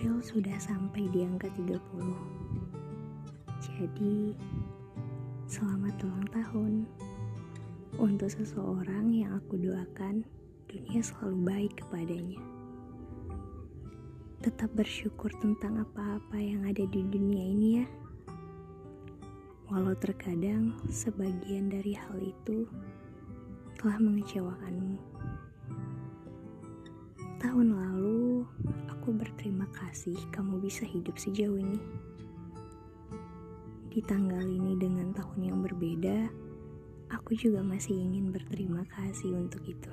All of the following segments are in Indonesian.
April sudah sampai di angka 30. Jadi, selamat ulang tahun untuk seseorang yang aku doakan dunia selalu baik kepadanya. Tetap bersyukur tentang apa-apa yang ada di dunia ini ya. Walau terkadang sebagian dari hal itu telah mengecewakanmu. Tahun lalu, aku berterima kasih kamu bisa hidup sejauh ini. Di tanggal ini dengan tahun yang berbeda, aku juga masih ingin berterima kasih untuk itu.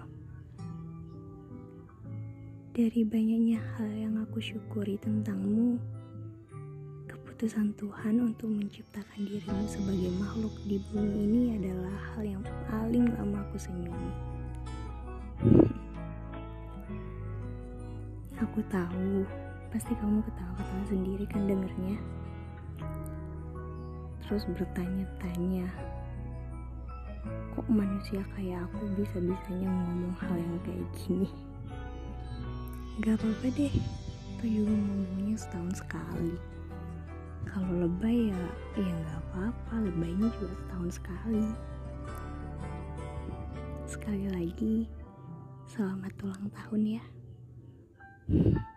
Dari banyaknya hal yang aku syukuri tentangmu, keputusan Tuhan untuk menciptakan dirimu sebagai makhluk di bumi ini adalah hal yang paling lama aku senyumi. Aku tahu, pasti kamu ketawa-ketawa sendiri kan dengernya. Terus bertanya-tanya, kok manusia kayak aku bisa-bisanya ngomong hal yang kayak gini? Gak apa-apa deh, toh juga ngomongnya setahun sekali. Kalau lebay ya gak apa-apa, lebaynya juga setahun sekali. Sekali lagi, selamat ulang tahun ya.